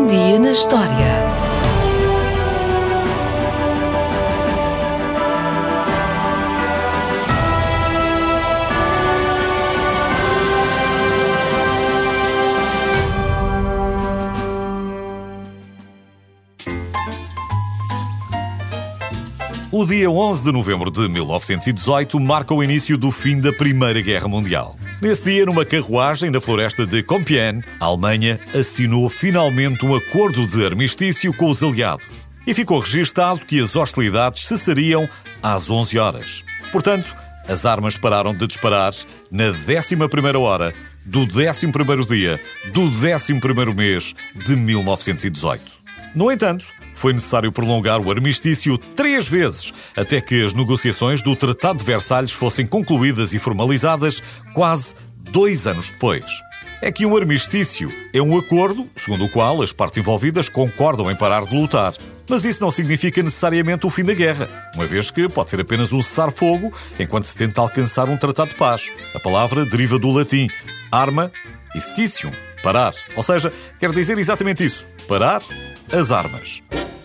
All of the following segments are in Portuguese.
Um dia na história. O dia 11 de novembro de 1918 marca o início do fim da Primeira Guerra Mundial. Nesse dia, numa carruagem na floresta de Compiègne, a Alemanha assinou finalmente um acordo de armistício com os aliados. E ficou registado que as hostilidades cessariam às 11 horas. Portanto, as armas pararam de disparar na 11ª hora do 11º dia do 11º mês de 1918. No entanto, foi necessário prolongar o armistício 3 vezes até que as negociações do Tratado de Versalhes fossem concluídas e formalizadas quase 2 anos depois. É que um armistício é um acordo segundo o qual as partes envolvidas concordam em parar de lutar. Mas isso não significa necessariamente o fim da guerra, uma vez que pode ser apenas um cessar-fogo enquanto se tenta alcançar um tratado de paz. A palavra deriva do latim arma e stitium, parar. Ou seja, quer dizer exatamente isso, parar as armas.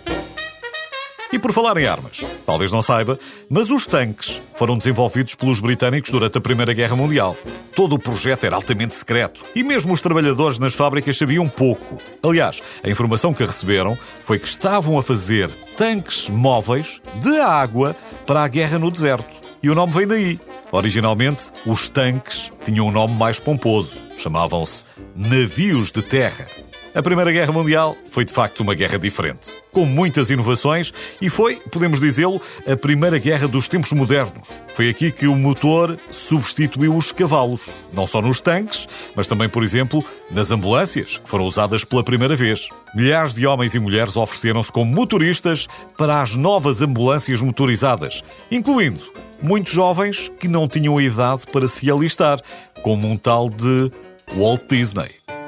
E por falar em armas, talvez não saiba, mas os tanques foram desenvolvidos pelos britânicos durante a Primeira Guerra Mundial. Todo o projeto era altamente secreto e mesmo os trabalhadores nas fábricas sabiam pouco. Aliás, a informação que receberam foi que estavam a fazer tanques móveis de água para a guerra no deserto. E o nome vem daí. Originalmente, os tanques tinham um nome mais pomposo. Chamavam-se navios de terra. A Primeira Guerra Mundial foi, de facto, uma guerra diferente, com muitas inovações e foi, podemos dizê-lo, a primeira guerra dos tempos modernos. Foi aqui que o motor substituiu os cavalos, não só nos tanques, mas também, por exemplo, nas ambulâncias, que foram usadas pela primeira vez. Milhares de homens e mulheres ofereceram-se como motoristas para as novas ambulâncias motorizadas, incluindo muitos jovens que não tinham a idade para se alistar, como um tal de Walt Disney.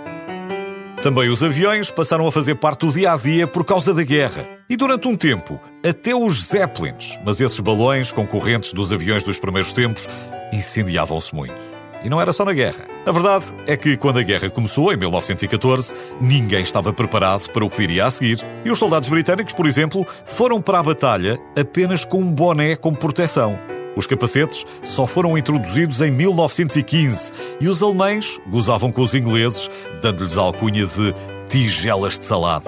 Também os aviões passaram a fazer parte do dia-a-dia por causa da guerra. E durante um tempo, até os Zeppelins, mas esses balões concorrentes dos aviões dos primeiros tempos, incendiavam-se muito. E não era só na guerra. A verdade é que quando a guerra começou, em 1914, ninguém estava preparado para o que viria a seguir. E os soldados britânicos, por exemplo, foram para a batalha apenas com um boné como proteção. Os capacetes só foram introduzidos em 1915 e os alemães gozavam com os ingleses, dando-lhes a alcunha de tigelas de salada.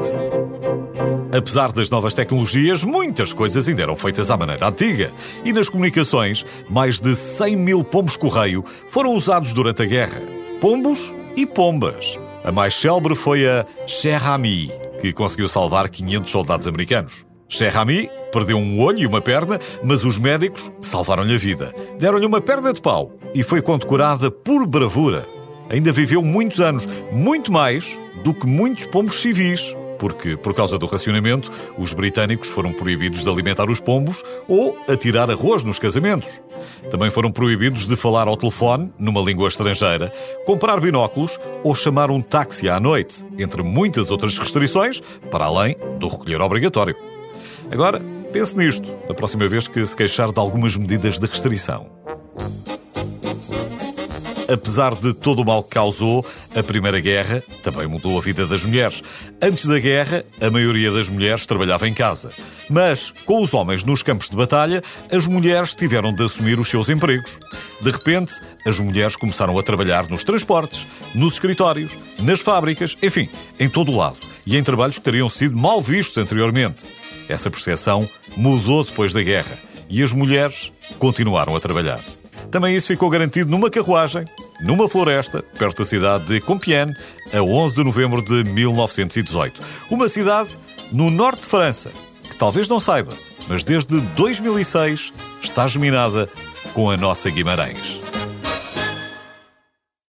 Apesar das novas tecnologias, muitas coisas ainda eram feitas à maneira antiga. E nas comunicações, mais de 100 mil pombos-correio foram usados durante a guerra. Pombos e pombas. A mais célebre foi a Cher Ami, que conseguiu salvar 500 soldados americanos. Cher Ami perdeu um olho e uma perna, mas os médicos salvaram-lhe a vida. Deram-lhe uma perna de pau e foi condecorada por bravura. Ainda viveu muitos anos, muito mais do que muitos pombos civis, porque, por causa do racionamento, os britânicos foram proibidos de alimentar os pombos ou atirar arroz nos casamentos. Também foram proibidos de falar ao telefone, numa língua estrangeira, comprar binóculos ou chamar um táxi à noite, entre muitas outras restrições, para além do recolher obrigatório. Agora, pense nisto, a próxima vez que se queixar de algumas medidas de restrição. Apesar de todo o mal que causou, a Primeira Guerra também mudou a vida das mulheres. Antes da guerra, a maioria das mulheres trabalhava em casa. Mas, com os homens nos campos de batalha, as mulheres tiveram de assumir os seus empregos. De repente, as mulheres começaram a trabalhar nos transportes, nos escritórios, nas fábricas, enfim, em todo o lado. E em trabalhos que teriam sido mal vistos anteriormente. Essa percepção mudou depois da guerra e as mulheres continuaram a trabalhar. Também isso ficou garantido numa carruagem, numa floresta, perto da cidade de Compiègne, a 11 de novembro de 1918. Uma cidade no norte de França, que talvez não saiba, mas desde 2006 está geminada com a nossa Guimarães.